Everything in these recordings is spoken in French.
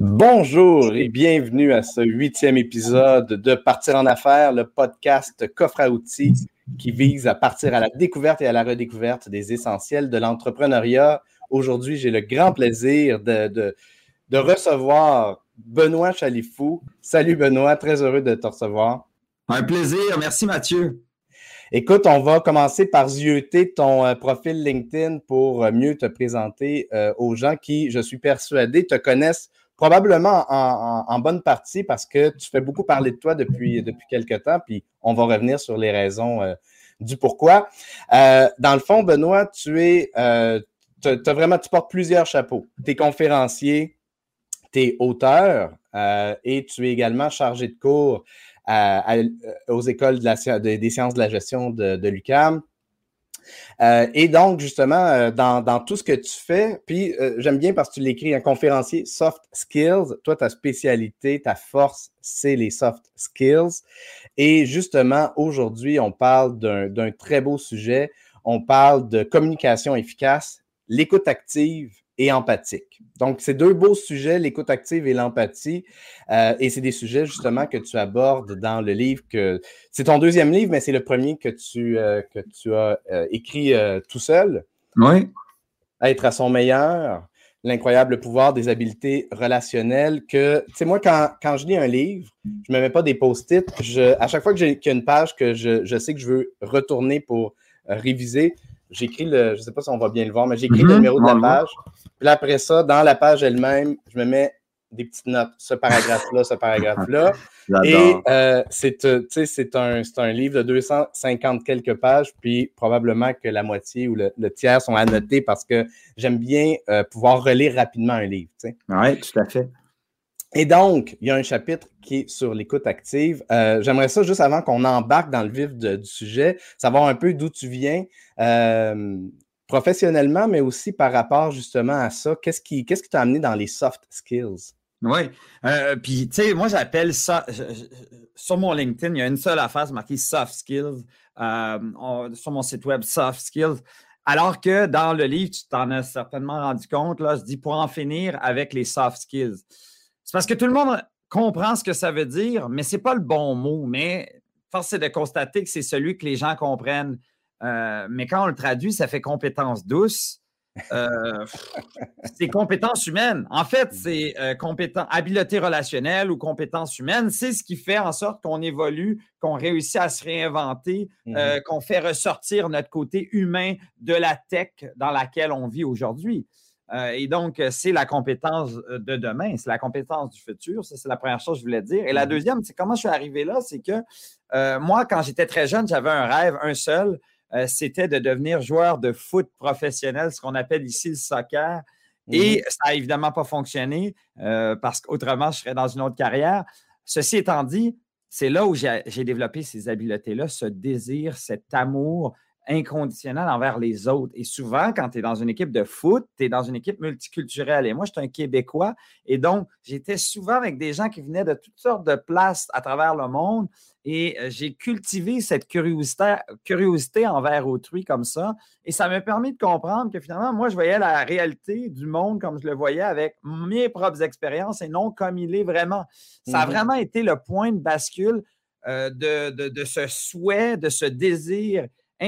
Bonjour et bienvenue à ce 8e épisode de Partir en affaires, le podcast coffre à outils qui vise à partir à la découverte et à la redécouverte des essentiels de l'entrepreneuriat. Aujourd'hui, j'ai le grand plaisir de recevoir Benoît Chalifou. Salut Benoît, très heureux de te recevoir. Un plaisir, merci Mathieu. Écoute, on va commencer par zioter ton profil LinkedIn pour mieux te présenter aux gens qui, je suis persuadé, te connaissent probablement en bonne partie parce que tu fais beaucoup parler de toi depuis quelque temps, puis on va revenir sur les raisons du pourquoi. Dans le fond, Benoît, tu portes plusieurs chapeaux. Tu es conférencier, tu es auteur et tu es également chargé de cours aux écoles des sciences de la gestion de l'UQAM. Et donc, justement, dans tout ce que tu fais, puis j'aime bien parce que tu l'écris, un conférencier soft skills. Toi, ta spécialité, ta force, c'est les soft skills. Et justement, aujourd'hui, on parle d'un très beau sujet. On parle de communication efficace, l'écoute active et empathique. Donc, c'est deux beaux sujets, l'écoute active et l'empathie. Et c'est des sujets, justement, que tu abordes dans le livre c'est ton deuxième livre, mais c'est le premier que tu as écrit tout seul. Oui. Être à son meilleur, l'incroyable pouvoir des habiletés relationnelles. Tu sais, moi, quand je lis un livre, je ne me mets pas des post-it. À chaque fois qu'il y a une page que je sais que je veux retourner pour réviser, j'écris je ne sais pas si on va bien le voir, mais j'écris le numéro de la page. Puis là, après ça, dans la page elle-même, je me mets des petites notes. Ce paragraphe-là, ce paragraphe-là. Et c'est un livre de 250 quelques pages, puis probablement que la moitié ou le tiers sont annotés parce que j'aime bien pouvoir relire rapidement un livre. Oui, tout à fait. Et donc, il y a un chapitre qui est sur l'écoute active. J'aimerais ça, juste avant qu'on embarque dans le vif du sujet, savoir un peu d'où tu viens professionnellement, mais aussi par rapport justement à ça. Qu'est-ce qui t'a amené dans les soft skills? Oui. Puis, tu sais, moi, j'appelle ça, sur mon LinkedIn, il y a une seule affaire, c'est marqué soft skills. Sur mon site web, soft skills. Alors que dans le livre, tu t'en as certainement rendu compte, là, je dis pour en finir avec les soft skills. C'est parce que tout le monde comprend ce que ça veut dire, mais ce n'est pas le bon mot. Mais force est de constater que c'est celui que les gens comprennent. Mais quand on le traduit, ça fait compétences douces. C'est compétences humaines. En fait, c'est habileté relationnelle ou compétences humaines. C'est ce qui fait en sorte qu'on évolue, qu'on réussit à se réinventer, qu'on fait ressortir notre côté humain de la tech dans laquelle on vit aujourd'hui. Et donc, c'est la compétence de demain, c'est la compétence du futur. Ça, c'est la première chose que je voulais dire. Et la deuxième, c'est comment je suis arrivé là, c'est que moi, quand j'étais très jeune, j'avais un rêve, un seul, c'était de devenir joueur de foot professionnel, ce qu'on appelle ici le soccer. Et ça n'a évidemment pas fonctionné parce qu'autrement, je serais dans une autre carrière. Ceci étant dit, c'est là où j'ai développé ces habiletés-là, ce désir, cet amour inconditionnel envers les autres. Et souvent, quand tu es dans une équipe de foot, tu es dans une équipe multiculturelle. Et moi, je suis un Québécois. Et donc, j'étais souvent avec des gens qui venaient de toutes sortes de places à travers le monde. Et j'ai cultivé cette curiosité envers autrui comme ça. Et ça m'a permis de comprendre que finalement, moi, je voyais la réalité du monde comme je le voyais avec mes propres expériences et non comme il est vraiment. Ça a vraiment été le point de bascule de ce souhait, de ce désir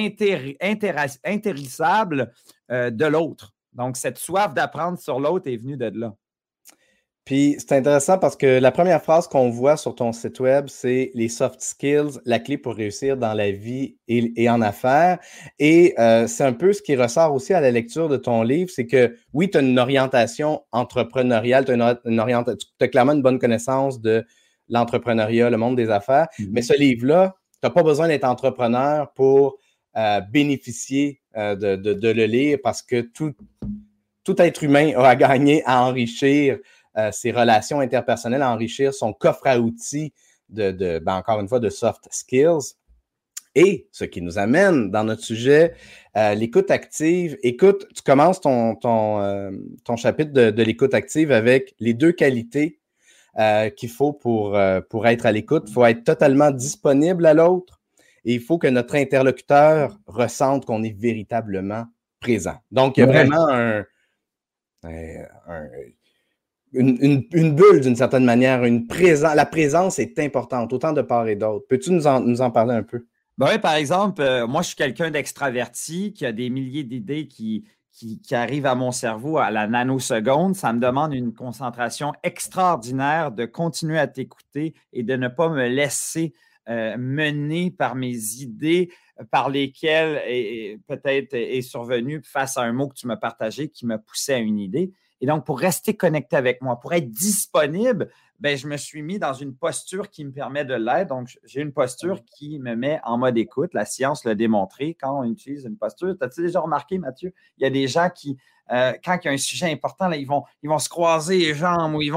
intéressable de l'autre. Donc, cette soif d'apprendre sur l'autre est venue de là. Puis, c'est intéressant parce que la première phrase qu'on voit sur ton site web, c'est les soft skills, la clé pour réussir dans la vie et en affaires. Et c'est un peu ce qui ressort aussi à la lecture de ton livre, c'est que oui, tu as une orientation entrepreneuriale, tu as clairement une bonne connaissance de l'entrepreneuriat, le monde des affaires, mais ce livre-là, tu n'as pas besoin d'être entrepreneur pour bénéficier de le lire parce que tout être humain a à gagner à enrichir ses relations interpersonnelles, à enrichir son coffre à outils encore une fois, de soft skills. Et ce qui nous amène dans notre sujet, l'écoute active. Écoute, tu commences ton chapitre de l'écoute active avec les deux qualités qu'il faut pour être à l'écoute. Il faut être totalement disponible à l'autre et il faut que notre interlocuteur ressente qu'on est véritablement présent. Donc, il y a vraiment une bulle d'une certaine manière, la présence est importante, autant de part et d'autre. Peux-tu nous en parler un peu? Ben oui, par exemple, moi, je suis quelqu'un d'extraverti qui a des milliers d'idées qui arrivent à mon cerveau à la nanoseconde. Ça me demande une concentration extraordinaire de continuer à t'écouter et de ne pas me laisser mener par mes idées par lesquelles peut-être est survenu face à un mot que tu m'as partagé qui me poussait à une idée. Et donc, pour rester connecté avec moi, pour être disponible, ben, je me suis mis dans une posture qui me permet de l'être. Donc, j'ai une posture qui me met en mode écoute. La science l'a démontré quand on utilise une posture. As-tu déjà remarqué, Mathieu? Il y a des gens qui, quand il y a un sujet important, là, ils vont se croiser les jambes ou il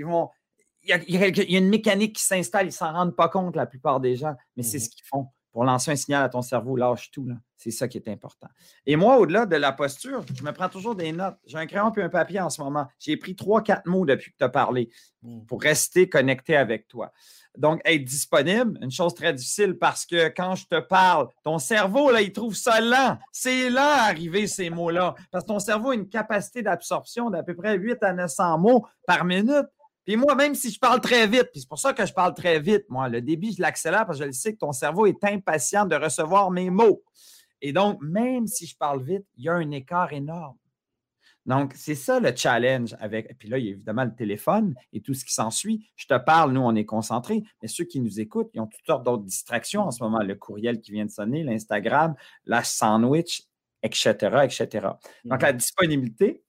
y a une mécanique qui s'installe. Ils ne s'en rendent pas compte, la plupart des gens, mais c'est ce qu'ils font. Pour lancer un signal à ton cerveau, lâche tout. Là. C'est ça qui est important. Et moi, au-delà de la posture, je me prends toujours des notes. J'ai un crayon et un papier en ce moment. J'ai pris 3-4 mots depuis que tu as parlé pour rester connecté avec toi. Donc, être disponible, une chose très difficile parce que quand je te parle, ton cerveau, là, il trouve ça lent. C'est lent à arriver, ces mots-là. Parce que ton cerveau a une capacité d'absorption d'à peu près 8 à 900 mots par minute. Puis moi, même si je parle très vite, puis c'est pour ça que je parle très vite, moi, le débit, je l'accélère parce que je le sais que ton cerveau est impatient de recevoir mes mots. Et donc, même si je parle vite, il y a un écart énorme. Donc, c'est ça le challenge avec. Puis là, il y a évidemment le téléphone et tout ce qui s'ensuit. Je te parle, nous, on est concentrés, mais ceux qui nous écoutent, ils ont toutes sortes d'autres distractions en ce moment. Le courriel qui vient de sonner, l'Instagram, la sandwich, etc., etc. Donc, la disponibilité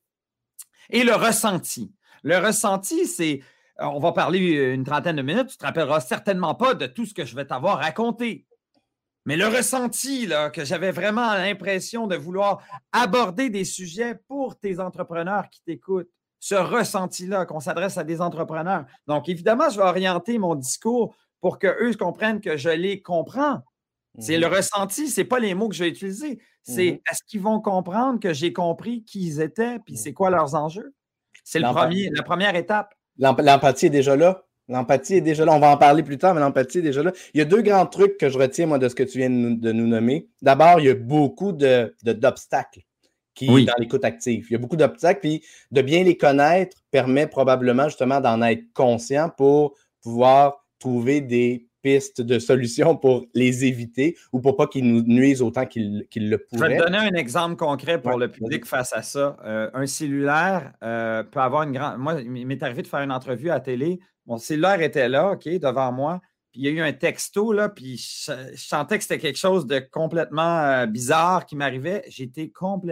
et le ressenti. Le ressenti, c'est, on va parler une trentaine de minutes, tu ne te rappelleras certainement pas de tout ce que je vais t'avoir raconté. Mais le ressenti, là, que j'avais vraiment l'impression de vouloir aborder des sujets pour tes entrepreneurs qui t'écoutent, ce ressenti-là, qu'on s'adresse à des entrepreneurs. Donc, évidemment, je vais orienter mon discours pour qu'eux comprennent que je les comprends. C'est le ressenti, ce n'est pas les mots que je vais utiliser. C'est est-ce qu'ils vont comprendre que j'ai compris qui ils étaient puis c'est quoi leurs enjeux? C'est la première étape. L'empathie est déjà là. L'empathie est déjà là. On va en parler plus tard, mais l'empathie est déjà là. Il y a deux grands trucs que je retiens, moi, de ce que tu viens de nous nommer. D'abord, il y a beaucoup d'obstacles dans l'écoute active. Il y a beaucoup d'obstacles, puis de bien les connaître permet probablement justement d'en être conscient pour pouvoir trouver des pistes de solutions pour les éviter ou pour pas qu'ils nous nuisent autant qu'ils le pourraient. Je vais te donner un exemple concret pour le public face à ça. Un cellulaire peut avoir une grande... Moi, il m'est arrivé de faire une entrevue à la télé. Mon cellulaire était là, OK, devant moi. Puis il y a eu un texto, là, puis je sentais que c'était quelque chose de complètement bizarre qui m'arrivait. J'étais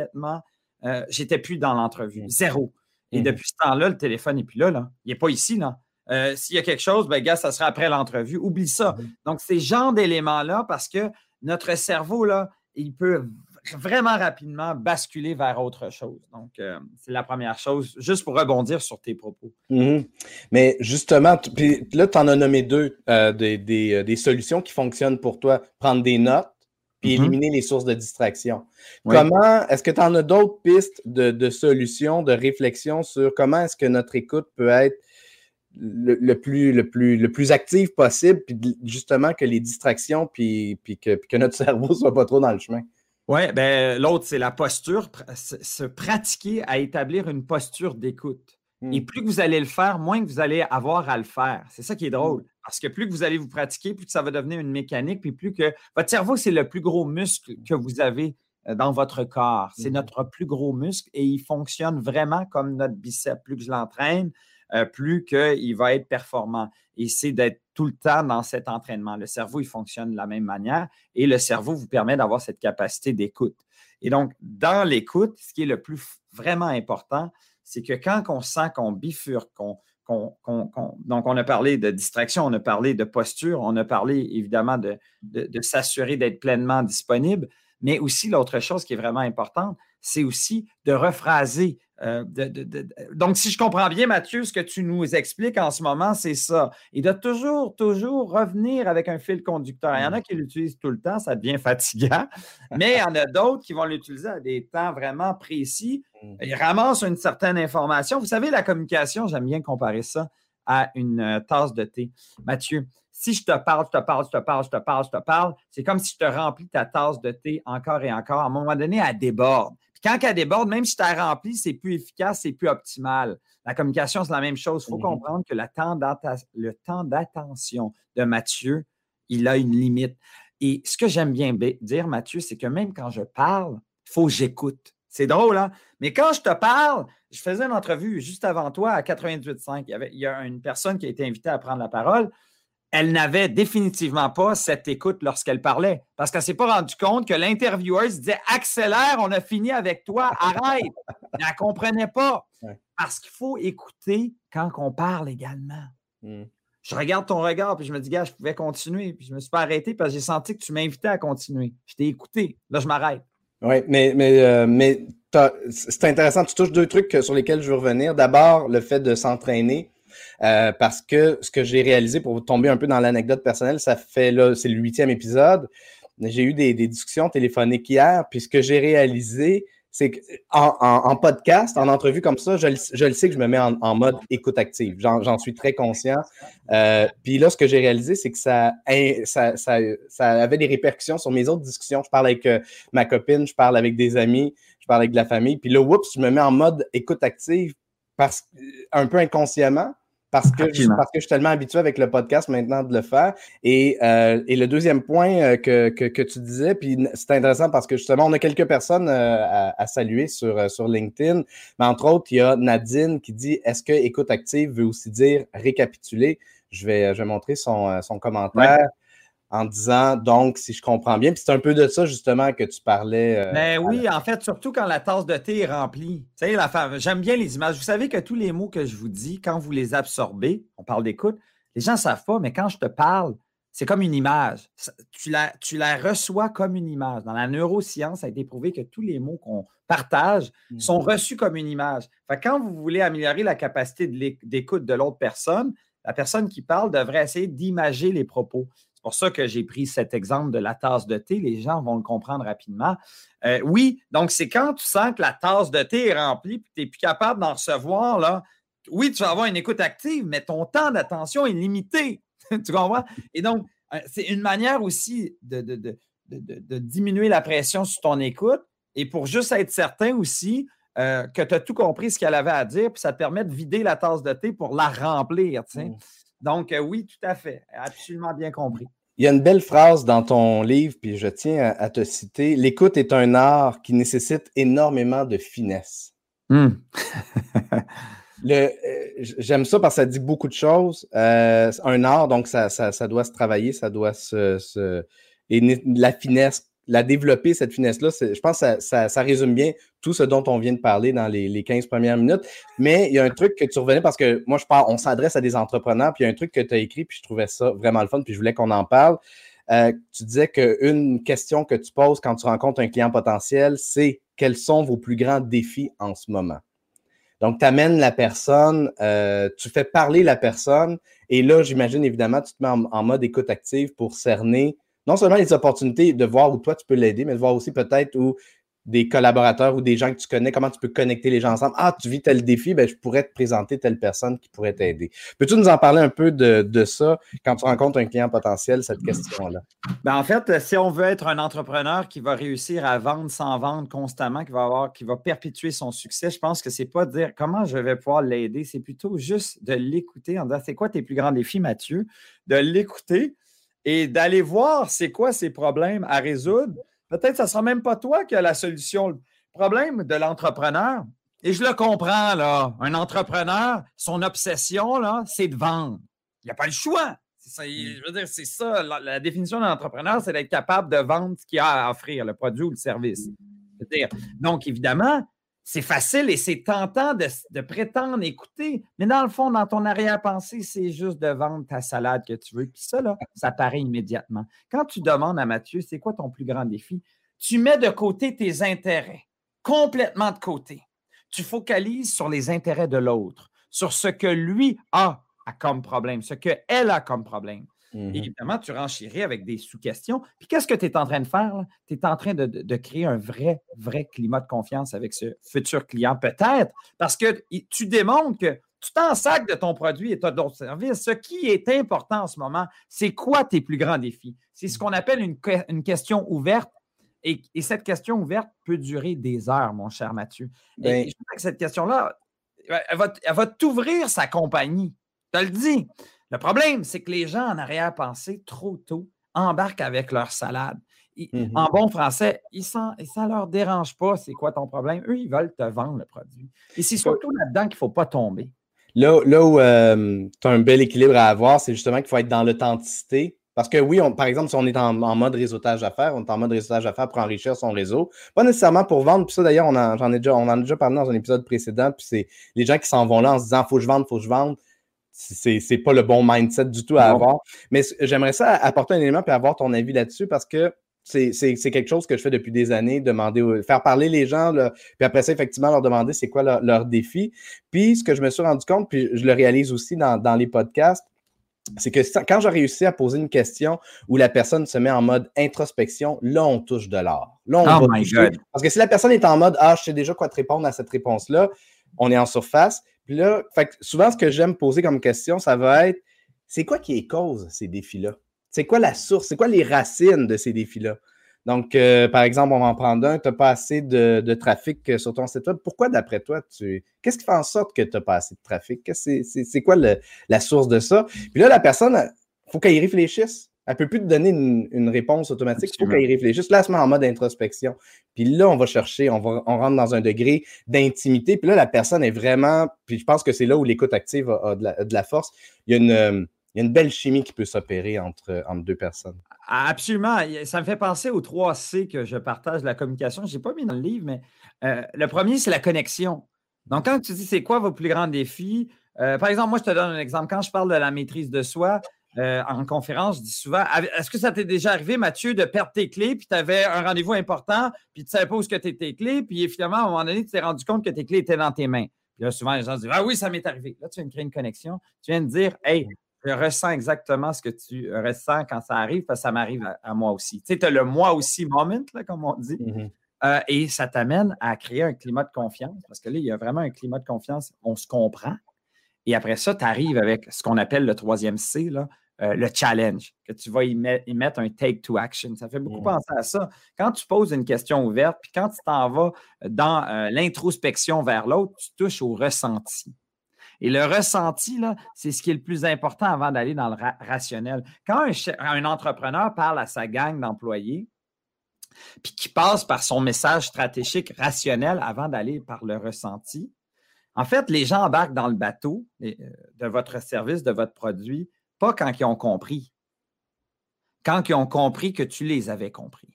j'étais plus dans l'entrevue. Zéro. Et depuis ce temps-là, le téléphone n'est plus là. Il n'est pas ici, là. S'il y a quelque chose, ben, gars, ça sera après l'entrevue. Oublie ça. Donc, ces genres d'éléments-là, parce que notre cerveau, là, il peut vraiment rapidement basculer vers autre chose. Donc, c'est la première chose, juste pour rebondir sur tes propos. Mais justement, puis là, tu en as nommé deux, des solutions qui fonctionnent pour toi. Prendre des notes, puis éliminer les sources de distraction. Oui. Est-ce que tu en as d'autres pistes de solutions, de réflexion sur comment est-ce que notre écoute peut être le plus active possible, puis justement que les distractions, puis que notre cerveau ne soit pas trop dans le chemin? Oui, bien, l'autre, c'est la posture, se pratiquer à établir une posture d'écoute. Et plus que vous allez le faire, moins que vous allez avoir à le faire. C'est ça qui est drôle. Parce que plus que vous allez vous pratiquer, plus que ça va devenir une mécanique, puis plus que votre cerveau, c'est le plus gros muscle que vous avez dans votre corps. C'est notre plus gros muscle et il fonctionne vraiment comme notre biceps. Plus que je l'entraîne, plus qu'il va être performant. Et c'est d'être tout le temps dans cet entraînement. Le cerveau, il fonctionne de la même manière et le cerveau vous permet d'avoir cette capacité d'écoute. Et donc, dans l'écoute, ce qui est le plus vraiment important, c'est que quand on sent qu'on bifurque, donc on a parlé de distraction, on a parlé de posture, on a parlé évidemment de s'assurer d'être pleinement disponible, mais aussi l'autre chose qui est vraiment importante, c'est aussi de rephraser. Donc, si je comprends bien, Mathieu, ce que tu nous expliques en ce moment, c'est ça. Et de toujours revenir avec un fil conducteur. Il y en a qui l'utilisent tout le temps, ça devient fatigant, mais il y en a d'autres qui vont l'utiliser à des temps vraiment précis. Ils ramassent une certaine information. Vous savez, la communication, j'aime bien comparer ça à une tasse de thé. Mathieu, si je te parle, c'est comme si je te remplis ta tasse de thé encore et encore. À un moment donné, elle déborde. quand elle déborde, même si tu as rempli, c'est plus efficace, c'est plus optimal. La communication, c'est la même chose. Il faut comprendre que le temps d'attention de Mathieu, il a une limite. Et ce que j'aime bien dire, Mathieu, c'est que même quand je parle, il faut que j'écoute. C'est drôle, hein? Mais quand je te parle, je faisais une entrevue juste avant toi à 98.5. Il y a une personne qui a été invitée à prendre la parole. Elle n'avait définitivement pas cette écoute lorsqu'elle parlait parce qu'elle ne s'est pas rendue compte que l'intervieweuse disait « Accélère, on a fini avec toi, arrête! » Elle ne comprenait pas parce qu'il faut écouter quand on parle également. Je regarde ton regard puis je me dis « Gars, je pouvais continuer. » Puis je ne me suis pas arrêté parce que j'ai senti que tu m'invitais à continuer. Je t'ai écouté. Là, je m'arrête. Oui, mais c'est intéressant. Tu touches deux trucs sur lesquels je veux revenir. D'abord, le fait de s'entraîner. Parce que ce que j'ai réalisé, pour tomber un peu dans l'anecdote personnelle, ça fait là, c'est le 8e épisode. J'ai eu des discussions téléphoniques hier, puis ce que j'ai réalisé, c'est qu'en podcast, en entrevue comme ça, je le sais que je me mets en mode écoute active. J'en suis très conscient. Puis là, ce que j'ai réalisé, c'est que ça avait des répercussions sur mes autres discussions. Je parle avec ma copine, je parle avec des amis, je parle avec de la famille. Puis là, oups, je me mets en mode écoute active un peu inconsciemment. Parce que je suis tellement habitué avec le podcast maintenant de le faire. Et le deuxième point que tu disais, puis c'est intéressant parce que justement, on a quelques personnes à saluer sur LinkedIn. Mais entre autres, il y a Nadine qui dit « Est-ce que écoute active veut aussi dire récapituler? » Je vais montrer son commentaire en disant, donc, si je comprends bien, puis c'est un peu de ça justement que tu parlais. Mais oui, en fait, surtout quand la tasse de thé est remplie. Tu sais, j'aime bien les images. Vous savez que tous les mots que je vous dis, quand vous les absorbez, on parle d'écoute, les gens ne savent pas, mais quand je te parle, c'est comme une image. Tu la reçois comme une image. Dans la neuroscience, ça a été prouvé que tous les mots qu'on partage sont reçus comme une image. Fait que quand vous voulez améliorer la capacité d'écoute de l'autre personne, la personne qui parle devrait essayer d'imager les propos. C'est pour ça que j'ai pris cet exemple de la tasse de thé. Les gens vont le comprendre rapidement. Oui, donc c'est quand tu sens que la tasse de thé est remplie et que tu n'es plus capable d'en recevoir, là. Oui, tu vas avoir une écoute active, mais ton temps d'attention est limité. Tu comprends? Et donc, c'est une manière aussi de diminuer la pression sur ton écoute et pour juste être certain aussi que tu as tout compris ce qu'elle avait à dire, puis ça te permet de vider la tasse de thé pour la remplir. Tu sais. Donc, oui, tout à fait. Absolument bien compris. Il y a une belle phrase dans ton livre, puis je tiens à te citer. « L'écoute est un art qui nécessite énormément de finesse. » J'aime ça parce que ça dit beaucoup de choses. Un art, donc ça doit se travailler, ça doit et la finesse, la développer, cette finesse-là, je pense que ça résume bien tout ce dont on vient de parler dans les 15 premières minutes. Mais il y a un truc que tu revenais, parce que moi, on s'adresse à des entrepreneurs, puis il y a un truc que tu as écrit, puis je trouvais ça vraiment le fun, puis je voulais qu'on en parle. Tu disais qu'une question que tu poses quand tu rencontres un client potentiel, c'est quels sont vos plus grands défis en ce moment? Donc, tu amènes la personne, tu fais parler la personne, et là, j'imagine évidemment, tu te mets en mode écoute active pour cerner non seulement les opportunités de voir où toi tu peux l'aider, mais de voir aussi peut-être où des collaborateurs ou des gens que tu connais, comment tu peux connecter les gens ensemble. Ah, tu vis tel défi, ben je pourrais te présenter telle personne qui pourrait t'aider. Peux-tu nous en parler un peu de ça quand tu rencontres un client potentiel, cette question-là? Ben en fait, si on veut être un entrepreneur qui va réussir à vendre sans vendre constamment, qui va perpétuer son succès, je pense que c'est pas de dire comment je vais pouvoir l'aider, c'est plutôt juste de l'écouter en disant c'est quoi tes plus grands défis, Mathieu? De l'écouter et d'aller voir c'est quoi ses problèmes à résoudre. Peut-être que ce ne sera même pas toi qui as la solution. Le problème de l'entrepreneur, et je le comprends, là, un entrepreneur, son obsession, là, c'est de vendre. Il n'y a pas le choix. Je veux dire, c'est ça. La définition d'un entrepreneur, c'est d'être capable de vendre ce qu'il a à offrir, le produit ou le service. Donc, évidemment, c'est facile et c'est tentant de prétendre écouter, mais dans le fond, dans ton arrière-pensée, c'est juste de vendre ta salade que tu veux. Puis ça, là, ça paraît immédiatement. Quand tu demandes à Mathieu, c'est quoi ton plus grand défi? Tu mets de côté tes intérêts, complètement de côté. Tu focalises sur les intérêts de l'autre, sur ce que lui a comme problème, ce qu'elle a comme problème. Et évidemment, tu renchéris avec des sous-questions. Puis qu'est-ce que tu es en train de faire? Tu es en train de créer un vrai climat de confiance avec ce futur client, peut-être, parce que tu démontres que tu t'en sacres de ton produit et tu as d'autres services. Ce qui est important en ce moment, c'est quoi tes plus grands défis? C'est ce qu'on appelle une question ouverte. Et cette question ouverte peut durer des heures, mon cher Mathieu. Ben, Et je pense que cette question-là, elle va t'ouvrir sa compagnie. Je te le dis. Le problème, c'est que les gens en arrière-pensée, trop tôt, embarquent avec leur salade. En bon français, ça ne leur dérange pas c'est quoi ton problème. Eux, ils veulent te vendre le produit. Et c'est surtout là-dedans qu'il ne faut pas tomber. Là où tu as un bel équilibre à avoir, c'est justement qu'il faut être dans l'authenticité. Parce que oui, par exemple, si on est en mode réseautage d'affaires, on est en mode réseautage d'affaires pour enrichir son réseau. Pas nécessairement pour vendre. Puis ça, d'ailleurs, on en a déjà parlé dans un épisode précédent. Puis c'est les gens qui s'en vont là en se disant faut que je vende, faut que je vende. C'est pas le bon mindset du tout à avoir. Mais j'aimerais ça apporter un élément puis avoir ton avis là-dessus parce que c'est quelque chose que je fais depuis des années, faire parler les gens, là, puis après ça, effectivement, leur demander c'est quoi leur défi. Puis ce que je me suis rendu compte, puis je le réalise aussi dans les podcasts, c'est que quand j'ai réussi à poser une question où la personne se met en mode introspection, là, on touche de l'or. Là, on va toucher. Parce que si la personne est en mode « Ah, je sais déjà quoi te répondre à cette réponse-là », on est en surface. Puis là, souvent, ce que j'aime poser comme question, ça va être « C'est quoi qui est cause ces défis-là? C'est quoi la source? C'est quoi les racines de ces défis-là? » Donc, par exemple, on va en prendre un, tu n'as pas assez de trafic sur ton site web. Pourquoi, d'après toi, qu'est-ce qui fait en sorte que tu n'as pas assez de trafic? C'est quoi la source de ça? Puis là, la personne, il faut qu'elle y réfléchisse. Elle ne peut plus te donner une réponse automatique. Il faut qu'elle y réfléchisse. Là, elle se met en mode introspection. Puis là, on va chercher, on rentre dans un degré d'intimité. Puis là, la personne est vraiment... Puis je pense que c'est là où l'écoute active a de la force. Il y a une belle chimie qui peut s'opérer entre deux personnes. Absolument. Ça me fait penser aux 3 C que je partage de la communication. Je n'ai pas mis dans le livre, mais le premier, c'est la connexion. Donc, quand tu dis c'est quoi vos plus grands défis, par exemple, moi, je te donne un exemple. Quand je parle de la maîtrise de soi en conférence, je dis souvent est-ce que ça t'est déjà arrivé, Mathieu, de perdre tes clés, puis tu avais un rendez-vous important, puis tu ne savais pas où étaient tes clés, puis finalement, à un moment donné, tu t'es rendu compte que tes clés étaient dans tes mains. Puis là, souvent, les gens se disent ah oui, ça m'est arrivé. Là, tu viens de créer une connexion. Tu viens de dire hey, je ressens exactement ce que tu ressens quand ça arrive, parce que ça m'arrive à moi aussi. Tu sais, tu as le moi aussi moment, là, comme on dit. Et ça t'amène à créer un climat de confiance, parce que là, il y a vraiment un climat de confiance. On se comprend. Et après ça, tu arrives avec ce qu'on appelle le 3e C, là, le challenge, que tu vas y mettre un take to action. Ça fait beaucoup penser à ça. Quand tu poses une question ouverte, puis quand tu t'en vas dans l'introspection vers l'autre, tu touches au ressenti. Et le ressenti, là, c'est ce qui est le plus important avant d'aller dans le rationnel. Quand un entrepreneur parle à sa gang d'employés, puis qui passe par son message stratégique rationnel avant d'aller par le ressenti, en fait, les gens embarquent dans le bateau de votre service, de votre produit, pas quand ils ont compris. Quand ils ont compris que tu les avais compris.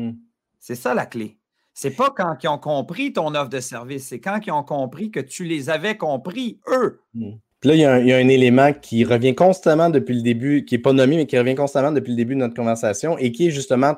C'est ça la clé. C'est pas quand ils ont compris ton offre de service, c'est quand ils ont compris que tu les avais compris, eux. Puis là, il y a un élément qui revient constamment depuis le début, qui n'est pas nommé, mais qui revient constamment depuis le début de notre conversation et qui est justement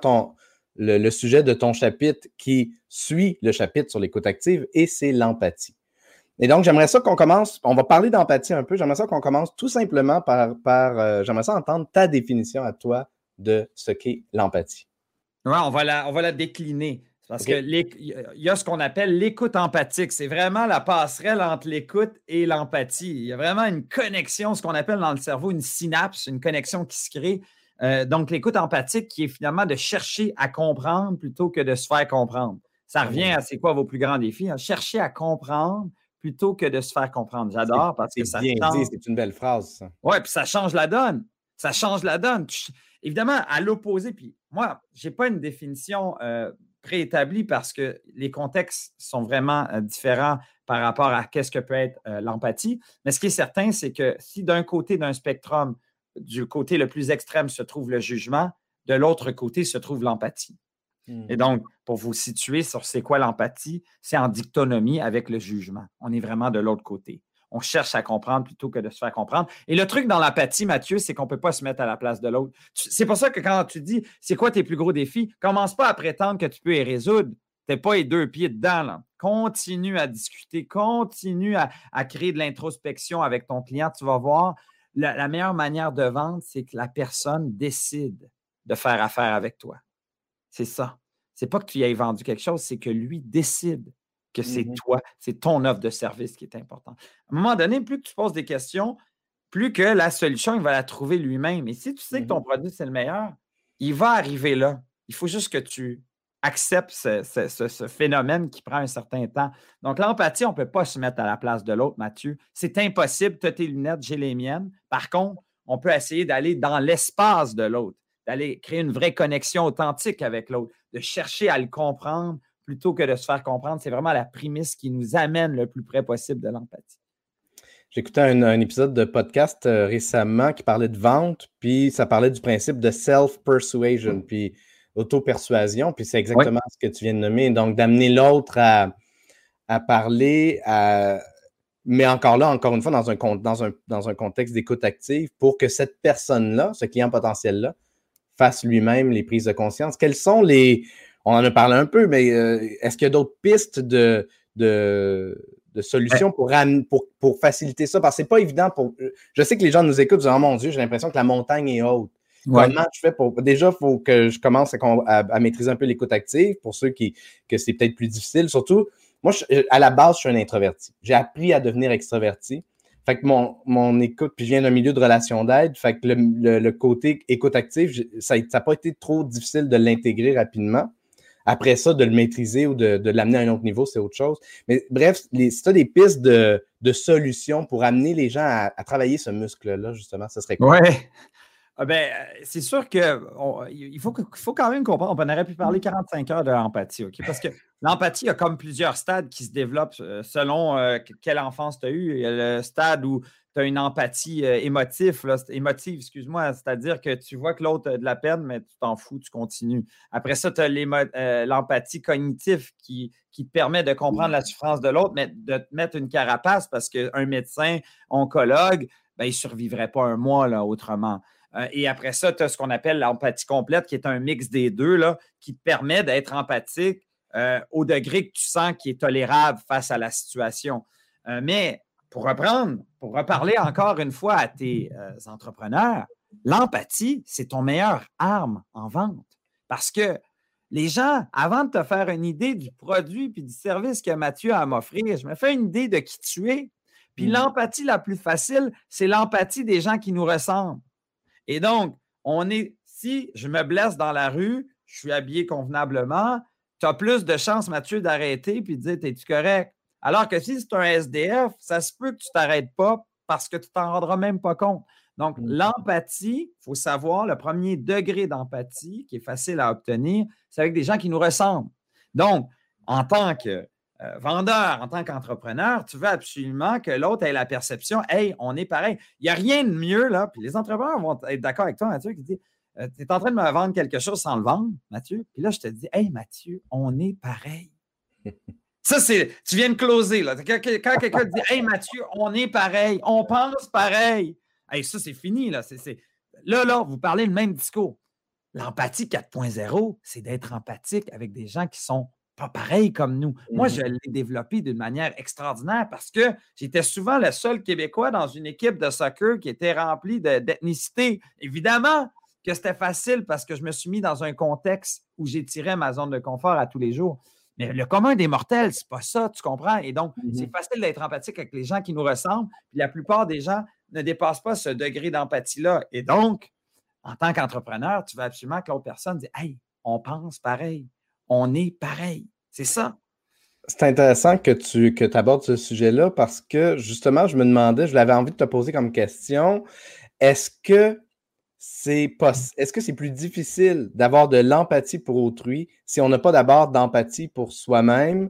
le sujet de ton chapitre qui suit le chapitre sur l'écoute active et c'est l'empathie. Et donc, j'aimerais ça qu'on commence, on va parler d'empathie un peu, j'aimerais ça qu'on commence tout simplement j'aimerais ça entendre ta définition à toi de ce qu'est l'empathie. Ouais, on va la décliner. Parce qu'il y a ce qu'on appelle l'écoute empathique. C'est vraiment la passerelle entre l'écoute et l'empathie. Il y a vraiment une connexion, ce qu'on appelle dans le cerveau une synapse, une connexion qui se crée. Donc, l'écoute empathique qui est finalement de chercher à comprendre plutôt que de se faire comprendre. Ça revient à c'est quoi vos plus grands défis? Hein? Chercher à comprendre plutôt que de se faire comprendre. J'adore parce que ça change. C'est une belle phrase, ça. Oui, puis ça change la donne. Ça change la donne. Évidemment, à l'opposé, puis moi, je n'ai pas une définition préétablie parce que les contextes sont vraiment différents par rapport à qu'est-ce que peut être l'empathie. Mais ce qui est certain, c'est que si d'un côté d'un spectrum, du côté le plus extrême se trouve le jugement, de l'autre côté se trouve l'empathie. Et donc, pour vous situer sur c'est quoi l'empathie, c'est en dictonomie avec le jugement. On est vraiment de l'autre côté. On cherche à comprendre plutôt que de se faire comprendre. Et le truc dans l'empathie, Mathieu, c'est qu'on ne peut pas se mettre à la place de l'autre. C'est pour ça que quand tu dis c'est quoi tes plus gros défis, commence pas à prétendre que tu peux les résoudre. Tu n'es pas les 2 pieds dedans. Là. Continue à discuter, continue à créer de l'introspection avec ton client. Tu vas voir, la meilleure manière de vendre, c'est que la personne décide de faire affaire avec toi. C'est ça. C'est pas que tu y aies vendu quelque chose, c'est que lui décide que c'est toi, c'est ton offre de service qui est importante. À un moment donné, plus que tu poses des questions, plus que la solution, il va la trouver lui-même. Et si tu sais que ton produit, c'est le meilleur, il va arriver là. Il faut juste que tu accepte ce phénomène qui prend un certain temps. Donc, l'empathie, on ne peut pas se mettre à la place de l'autre, Mathieu. C'est impossible. Tu as tes lunettes, j'ai les miennes. Par contre, on peut essayer d'aller dans l'espace de l'autre, d'aller créer une vraie connexion authentique avec l'autre, de chercher à le comprendre plutôt que de se faire comprendre. C'est vraiment la prémisse qui nous amène le plus près possible de l'empathie. J'écoutais un épisode de podcast récemment qui parlait de vente, puis ça parlait du principe de self-persuasion, puis auto-persuasion, puis c'est exactement ce que tu viens de nommer. Donc, d'amener l'autre à parler, mais encore une fois, dans un contexte d'écoute active pour que cette personne-là, ce client potentiel-là, fasse lui-même les prises de conscience. Quelles sont on en a parlé un peu, mais est-ce qu'il y a d'autres pistes de solutions pour faciliter ça? Parce que c'est pas évident je sais que les gens nous écoutent, disent « Oh mon Dieu, j'ai l'impression que la montagne est haute. » Comment je fais pour... Déjà, il faut que je commence à maîtriser un peu l'écoute active pour ceux que c'est peut-être plus difficile. Surtout, moi, à la base, je suis un introverti. J'ai appris à devenir extraverti. Fait que mon écoute, puis je viens d'un milieu de relations d'aide, fait que le côté écoute active, ça n'a pas été trop difficile de l'intégrer rapidement. Après ça, de le maîtriser ou de l'amener à un autre niveau, c'est autre chose. Mais bref, si tu as des pistes de solutions pour amener les gens à travailler ce muscle-là, justement, ça serait cool. Oui. C'est sûr qu'il faut quand même comprendre. On aurait pu parler 45 heures de l'empathie, OK? Parce que l'empathie, il y a comme plusieurs stades qui se développent selon quelle enfance tu as eu. Il y a le stade où tu as une empathie émotive, excuse-moi, c'est-à-dire que tu vois que l'autre a de la peine, mais tu t'en fous, tu continues. Après ça, tu as l'empathie cognitive qui te permet de comprendre la souffrance de l'autre, mais de te mettre une carapace parce qu'un médecin oncologue, il ne survivrait pas un mois là, autrement. Et après ça, tu as ce qu'on appelle l'empathie complète, qui est un mix des deux, là, qui te permet d'être empathique au degré que tu sens qu'il est tolérable face à la situation. Mais pour reparler encore une fois à tes entrepreneurs, l'empathie, c'est ton meilleure arme en vente. Parce que les gens, avant de te faire une idée du produit et du service que Mathieu a à m'offrir, je me fais une idée de qui tu es. Puis l'empathie la plus facile, c'est l'empathie des gens qui nous ressemblent. Et donc, si je me blesse dans la rue, je suis habillé convenablement, tu as plus de chances, Mathieu, d'arrêter puis de dire, t'es-tu correct? Alors que si c'est un SDF, ça se peut que tu ne t'arrêtes pas parce que tu ne t'en rendras même pas compte. Donc, l'empathie, il faut savoir, le premier degré d'empathie qui est facile à obtenir, c'est avec des gens qui nous ressemblent. Donc, en tant que vendeur, en tant qu'entrepreneur, tu veux absolument que l'autre ait la perception, hey, on est pareil. Il n'y a rien de mieux, là. Puis les entrepreneurs vont être d'accord avec toi, Mathieu, qui dit, tu es en train de me vendre quelque chose sans le vendre, Mathieu. Puis là, je te dis, hey, Mathieu, on est pareil. Ça, tu viens de closer, là. Quand quelqu'un dit, hey, Mathieu, on est pareil, on pense pareil. Hey, ça, c'est fini, là. Là, vous parlez le même discours. L'empathie 4.0, c'est d'être empathique avec des gens qui sont pas pareil comme nous. Moi, je l'ai développé d'une manière extraordinaire parce que j'étais souvent le seul Québécois dans une équipe de soccer qui était remplie d'ethnicité. Évidemment que c'était facile parce que je me suis mis dans un contexte où j'étirais ma zone de confort à tous les jours. Mais le commun des mortels, c'est pas ça, tu comprends? Et donc, c'est facile d'être empathique avec les gens qui nous ressemblent. Puis la plupart des gens ne dépassent pas ce degré d'empathie-là. Et donc, en tant qu'entrepreneur, tu veux absolument que l'autre personne dise « Hey, on pense pareil. On est pareil. » C'est ça. C'est intéressant que tu abordes ce sujet-là parce que, justement, je me demandais, je l'avais envie de te poser comme question, est-ce que c'est plus difficile d'avoir de l'empathie pour autrui si on n'a pas d'abord d'empathie pour soi-même?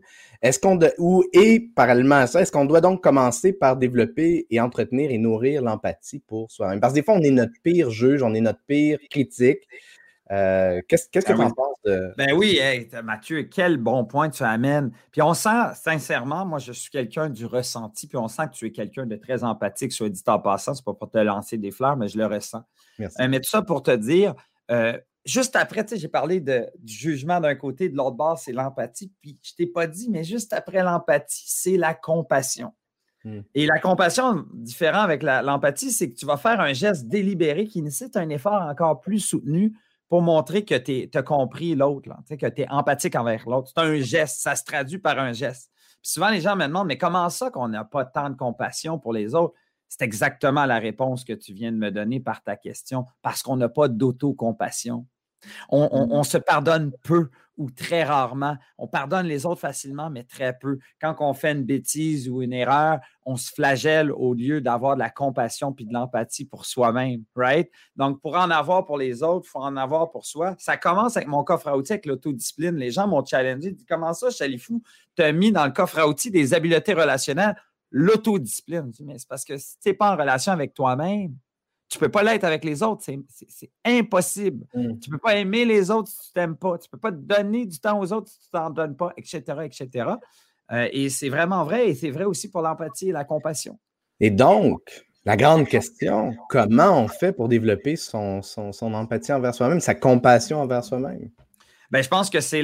Et parallèlement à ça, est-ce qu'on doit donc commencer par développer et entretenir et nourrir l'empathie pour soi-même? Parce que des fois, on est notre pire juge, on est notre pire critique. Qu'est-ce que tu en penses de... Ben oui, hey, Mathieu, quel bon point tu amènes. Puis on sent, sincèrement, moi, je suis quelqu'un du ressenti, puis on sent que tu es quelqu'un de très empathique, soit dit en passant. C'est pas pour te lancer des fleurs, mais je le ressens. Merci. Mais tout ça pour te dire, juste après, tu sais, j'ai parlé du jugement d'un côté, de l'autre bord, c'est l'empathie. Puis je t'ai pas dit, mais juste après l'empathie, c'est la compassion. Et la compassion, différent avec l'empathie, c'est que tu vas faire un geste délibéré qui nécessite un effort encore plus soutenu pour montrer que tu as compris l'autre, là, que tu es empathique envers l'autre. C'est un geste, ça se traduit par un geste. Puis souvent, les gens me demandent, mais comment ça qu'on n'a pas tant de compassion pour les autres? C'est exactement la réponse que tu viens de me donner par ta question, parce qu'on n'a pas d'autocompassion. On se pardonne peu ou très rarement. On pardonne les autres facilement, mais très peu. Quand on fait une bêtise ou une erreur, on se flagelle au lieu d'avoir de la compassion puis de l'empathie pour soi-même, right? Donc, pour en avoir pour les autres, il faut en avoir pour soi. Ça commence avec mon coffre à outils, avec l'autodiscipline. Les gens m'ont challengé, dit comment ça, Chalifou, tu as mis dans le coffre à outils des habiletés relationnelles, l'autodiscipline. Je dis, mais c'est parce que si tu n'es pas en relation avec toi-même, tu ne peux pas l'être avec les autres. C'est impossible. Tu ne peux pas aimer les autres si tu ne t'aimes pas. Tu ne peux pas te donner du temps aux autres si tu ne t'en donnes pas, etc., etc. Et c'est vraiment vrai. Et c'est vrai aussi pour l'empathie et la compassion. Et donc, la grande question, comment on fait pour développer son empathie envers soi-même, sa compassion envers soi-même? Bien, je pense que c'est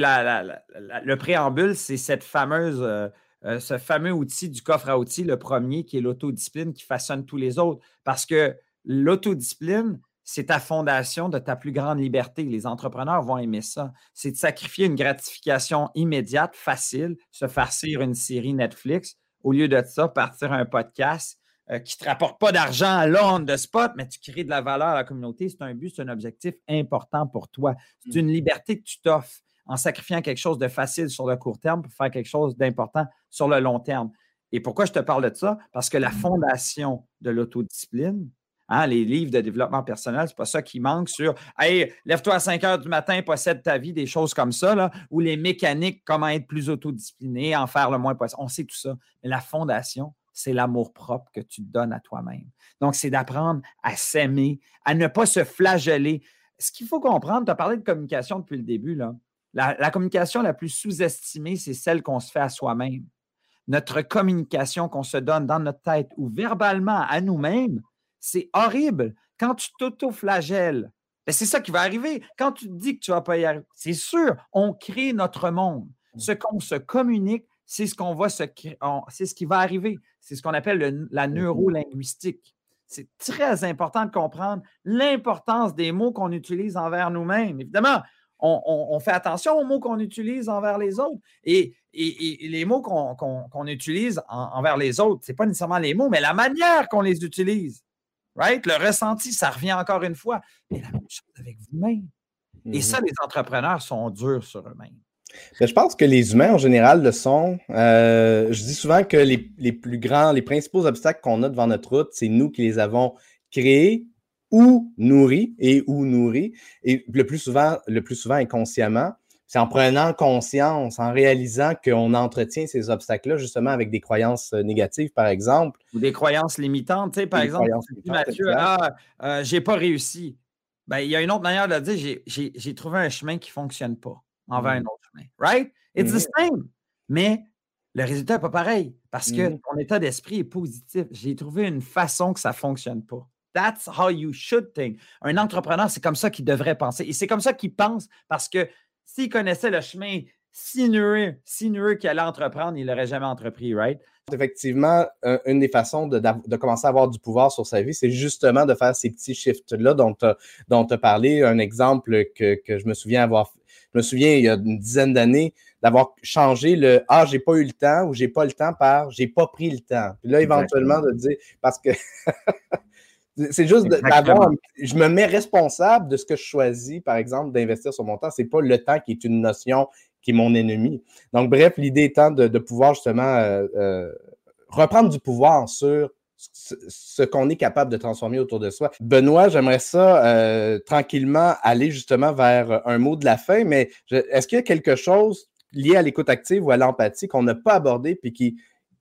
le préambule, c'est cette fameuse, ce fameux outil du coffre à outils, le premier, qui est l'autodiscipline qui façonne tous les autres. Parce que l'autodiscipline, c'est ta fondation de ta plus grande liberté. Les entrepreneurs vont aimer ça. C'est de sacrifier une gratification immédiate, facile, se farcir une série Netflix. Au lieu de ça, partir un podcast qui ne te rapporte pas d'argent là on the spot, mais tu crées de la valeur à la communauté. C'est un but, c'est un objectif important pour toi. C'est une liberté que tu t'offres en sacrifiant quelque chose de facile sur le court terme pour faire quelque chose d'important sur le long terme. Et pourquoi je te parle de ça? Parce que la fondation de l'autodiscipline, les livres de développement personnel, c'est pas ça qui manque sur « Hey, lève-toi à 5 heures du matin, possède ta vie », des choses comme ça, là, ou les mécaniques, comment être plus autodiscipliné, en faire le moins possible. On sait tout ça. Mais la fondation, c'est l'amour-propre que tu te donnes à toi-même. Donc, c'est d'apprendre à s'aimer, à ne pas se flageller. Ce qu'il faut comprendre, tu as parlé de communication depuis le début, là. La communication la plus sous-estimée, c'est celle qu'on se fait à soi-même. Notre communication qu'on se donne dans notre tête ou verbalement à nous-mêmes, c'est horrible. Quand tu t'auto-flagelles, c'est ça qui va arriver. Quand tu te dis que tu ne vas pas y arriver, c'est sûr, on crée notre monde. Ce qu'on se communique, c'est ce qu'on va c'est ce qui va arriver. C'est ce qu'on appelle la neurolinguistique. C'est très important de comprendre l'importance des mots qu'on utilise envers nous-mêmes. Évidemment, on fait attention aux mots qu'on utilise envers les autres. Et les mots qu'on utilise envers les autres, ce n'est pas nécessairement les mots, mais la manière qu'on les utilise. Right? Le ressenti, ça revient encore une fois. Mais la même chose avec vous-même. Et ça, les entrepreneurs sont durs sur eux-mêmes. Mais je pense que les humains, en général, le sont. Je dis souvent que les plus grands, les principaux obstacles qu'on a devant notre route, c'est nous qui les avons créés ou nourris, et le plus souvent inconsciemment. C'est en prenant conscience, en réalisant qu'on entretient ces obstacles-là, justement, avec des croyances négatives, par exemple. Ou des croyances limitantes. Tu sais, par exemple, Mathieu, j'ai pas réussi. Ben, il y a une autre manière de le dire, j'ai trouvé un chemin qui ne fonctionne pas envers un autre chemin. Right? It's the same. Mais le résultat n'est pas pareil parce que ton état d'esprit est positif. J'ai trouvé une façon que ça ne fonctionne pas. That's how you should think. Un entrepreneur, c'est comme ça qu'il devrait penser. Et c'est comme ça qu'il pense parce que s'il connaissait le chemin sinueux qu'il allait entreprendre, il ne l'aurait jamais entrepris, right? Effectivement, une des façons de commencer à avoir du pouvoir sur sa vie, c'est justement de faire ces petits shifts-là dont tu as parlé. Un exemple que je me souviens il y a une dizaine d'années, d'avoir changé le « Ah, j'ai pas eu le temps » ou « J'ai pas le temps » par « J'ai pas pris le temps ». Puis là, éventuellement, de dire, parce que c'est juste d'avoir, je me mets responsable de ce que je choisis, par exemple, d'investir sur mon temps. C'est pas le temps qui est une notion qui est mon ennemi. Donc, bref, l'idée étant de pouvoir justement reprendre du pouvoir sur ce qu'on est capable de transformer autour de soi. Benoît, j'aimerais ça tranquillement aller justement vers un mot de la fin, mais est-ce qu'il y a quelque chose lié à l'écoute active ou à l'empathie qu'on n'a pas abordé puis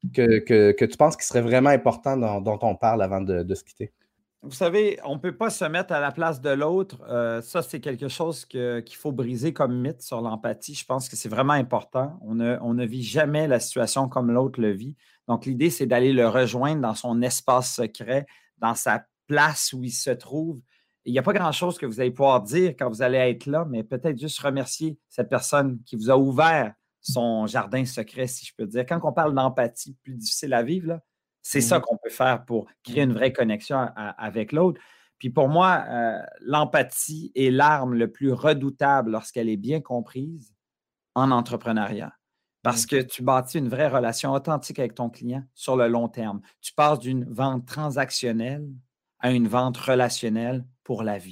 que tu penses qu'il serait vraiment important dont on parle avant de se quitter? Vous savez, on ne peut pas se mettre à la place de l'autre. Ça, c'est quelque chose qu'il faut briser comme mythe sur l'empathie. Je pense que c'est vraiment important. On ne vit jamais la situation comme l'autre le vit. Donc, l'idée, c'est d'aller le rejoindre dans son espace secret, dans sa place où il se trouve. Et il n'y a pas grand-chose que vous allez pouvoir dire quand vous allez être là, mais peut-être juste remercier cette personne qui vous a ouvert son jardin secret, si je peux dire. Quand on parle d'empathie plus difficile à vivre, là, c'est ça qu'on peut faire pour créer une vraie connexion avec l'autre. Puis pour moi, l'empathie est l'arme le plus redoutable lorsqu'elle est bien comprise en entrepreneuriat. Parce que tu bâtis une vraie relation authentique avec ton client sur le long terme. Tu passes d'une vente transactionnelle à une vente relationnelle pour la vie.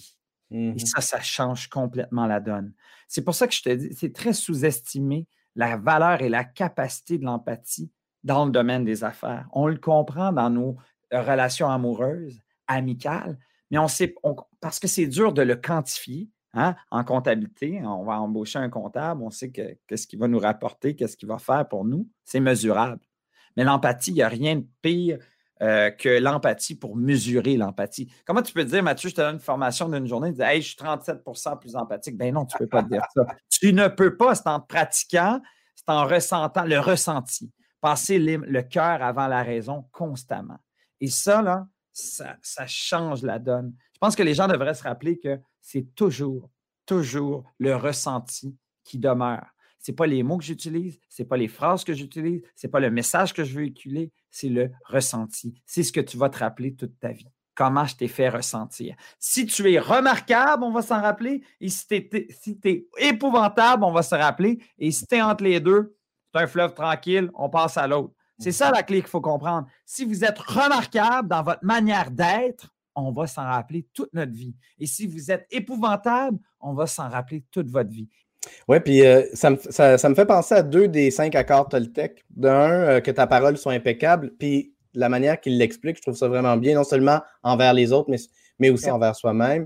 Et ça change complètement la donne. C'est pour ça que je te dis, c'est très sous-estimé la valeur et la capacité de l'empathie dans le domaine des affaires. On le comprend dans nos relations amoureuses, amicales, mais parce que c'est dur de le quantifier. Hein? En comptabilité, on va embaucher un comptable, on sait qu'est-ce qu'il va nous rapporter, qu'est-ce qu'il va faire pour nous. C'est mesurable. Mais l'empathie, il n'y a rien de pire que l'empathie pour mesurer l'empathie. Comment tu peux te dire, Mathieu, je te donne une formation d'une journée, tu dis, hey, je suis 37 plus empathique. Ben non, tu ne peux pas te dire ça. Tu ne peux pas, c'est en te pratiquant, c'est en ressentant le ressenti. Passer le cœur avant la raison constamment. Et ça, là, ça change la donne. Je pense que les gens devraient se rappeler que c'est toujours le ressenti qui demeure. Ce n'est pas les mots que j'utilise, ce n'est pas les phrases que j'utilise, ce n'est pas le message que je veux véhiculer, c'est le ressenti. C'est ce que tu vas te rappeler toute ta vie. Comment je t'ai fait ressentir. Si tu es remarquable, on va s'en rappeler. Et si tu es épouvantable, on va se rappeler. Et si tu es entre les deux, c'est un fleuve tranquille, on passe à l'autre. C'est ça la clé qu'il faut comprendre. Si vous êtes remarquable dans votre manière d'être, on va s'en rappeler toute notre vie. Et si vous êtes épouvantable, on va s'en rappeler toute votre vie. Oui, puis ça me fait penser à 2 des 5 accords Toltec. D'un, que ta parole soit impeccable, puis la manière qu'il l'explique, je trouve ça vraiment bien, non seulement envers les autres, mais aussi envers soi-même.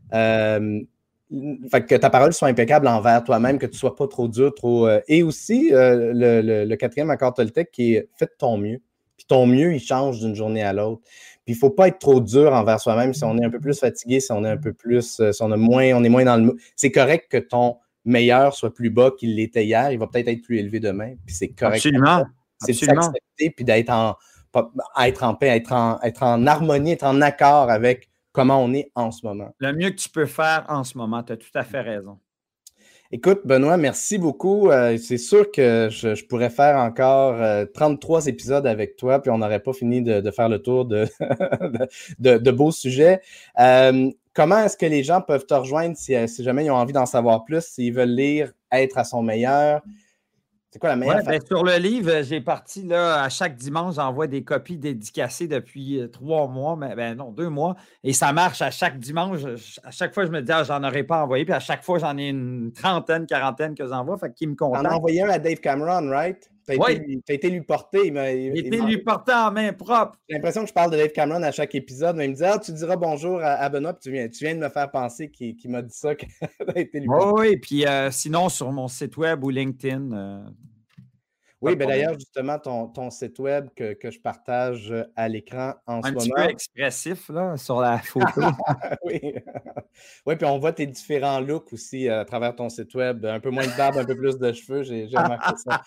Fait que ta parole soit impeccable envers toi-même, que tu ne sois pas trop dur, et aussi, le 4e accord Toltec qui est « fais de ton mieux ». Puis ton mieux, il change d'une journée à l'autre. Puis il ne faut pas être trop dur envers soi-même. Si on est un peu plus fatigué, si on est un peu plus, si on est moins dans le... C'est correct que ton meilleur soit plus bas qu'il l'était hier. Il va peut-être être plus élevé demain. Puis c'est correct. Absolument. C'est de s'accepter puis d'être en paix, être en harmonie, être en accord avec comment on est en ce moment. Le mieux que tu peux faire en ce moment. Tu as tout à fait raison. Écoute, Benoît, merci beaucoup. C'est sûr que je pourrais faire encore 33 épisodes avec toi, puis on n'aurait pas fini de faire le tour de beaux sujets. Comment est-ce que les gens peuvent te rejoindre si jamais ils ont envie d'en savoir plus, s'ils veulent lire « Être à son meilleur ». C'est quoi la meilleure façon? Sur le livre, j'ai parti là, à chaque dimanche, j'envoie des copies dédicacées depuis 3 mois, mais non, 2 mois. Et ça marche à chaque dimanche. À chaque fois, je me dis, j'en aurais pas envoyé. Puis à chaque fois, j'en ai une 30aine, 40aine que j'envoie. Fait qu'il me contacte. T'en as envoyé un à Dave Cameron, right? T'as été lui porter. J'ai été lui porter en main propre. J'ai l'impression que je parle de Dave Cameron à chaque épisode, mais il me dit, tu diras bonjour à Benoît, puis tu viens de me faire penser qu'il m'a dit ça, que t'as été lui porter. Oui, puis sinon, sur mon site web ou LinkedIn. Oui, bien d'ailleurs, justement, ton site web que je partage à l'écran en ce moment. Un petit peu expressif, là, sur la photo. Oui. Oui, puis on voit tes différents looks aussi à travers ton site web. Un peu moins de barbe, un peu plus de cheveux, j'ai remarqué ça.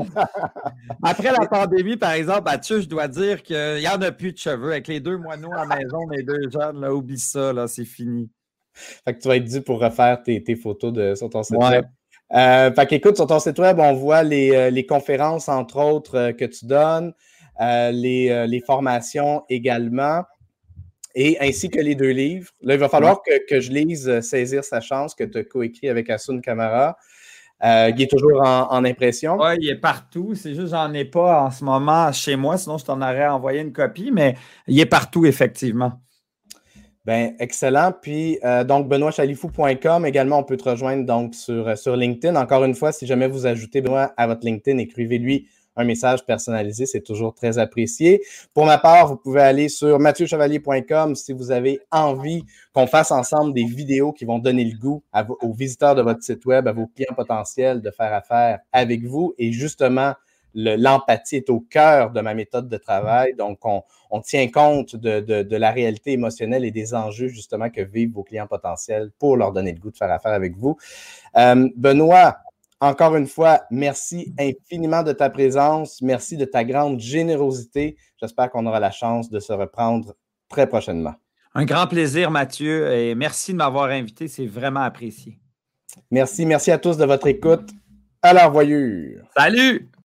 Après la pandémie, par exemple, Mathieu, je dois dire qu'il n'y en a plus de cheveux. Avec les 2 moineaux à la maison, mes 2 jeunes, là, oublie ça, là, c'est fini. Fait que tu vas être dû pour refaire tes photos sur ton site web. Fait qu'écoute, sur ton site web, on voit les conférences, entre autres, que tu donnes, les formations également, et ainsi que les 2 livres. Là, il va falloir que je lise Saisir sa chance, que tu as coécrit avec Assoun Camara. Il est toujours en impression. Oui, il est partout. C'est juste que j'en ai pas en ce moment chez moi, sinon je t'en aurais envoyé une copie, mais il est partout, effectivement. Bien, excellent. Puis, donc, benoîtchalifou.com. Également, on peut te rejoindre donc sur LinkedIn. Encore une fois, si jamais vous ajoutez Benoît à votre LinkedIn, écrivez-lui un message personnalisé. C'est toujours très apprécié. Pour ma part, vous pouvez aller sur mathieuchevalier.com si vous avez envie qu'on fasse ensemble des vidéos qui vont donner le goût aux visiteurs de votre site web, à vos clients potentiels de faire affaire avec vous. Et justement, l'empathie est au cœur de ma méthode de travail. Donc, on tient compte de la réalité émotionnelle et des enjeux, justement, que vivent vos clients potentiels pour leur donner le goût de faire affaire avec vous. Benoît, encore une fois, merci infiniment de ta présence. Merci de ta grande générosité. J'espère qu'on aura la chance de se reprendre très prochainement. Un grand plaisir, Mathieu, et merci de m'avoir invité. C'est vraiment apprécié. Merci à tous de votre écoute. À la revoyure. Salut!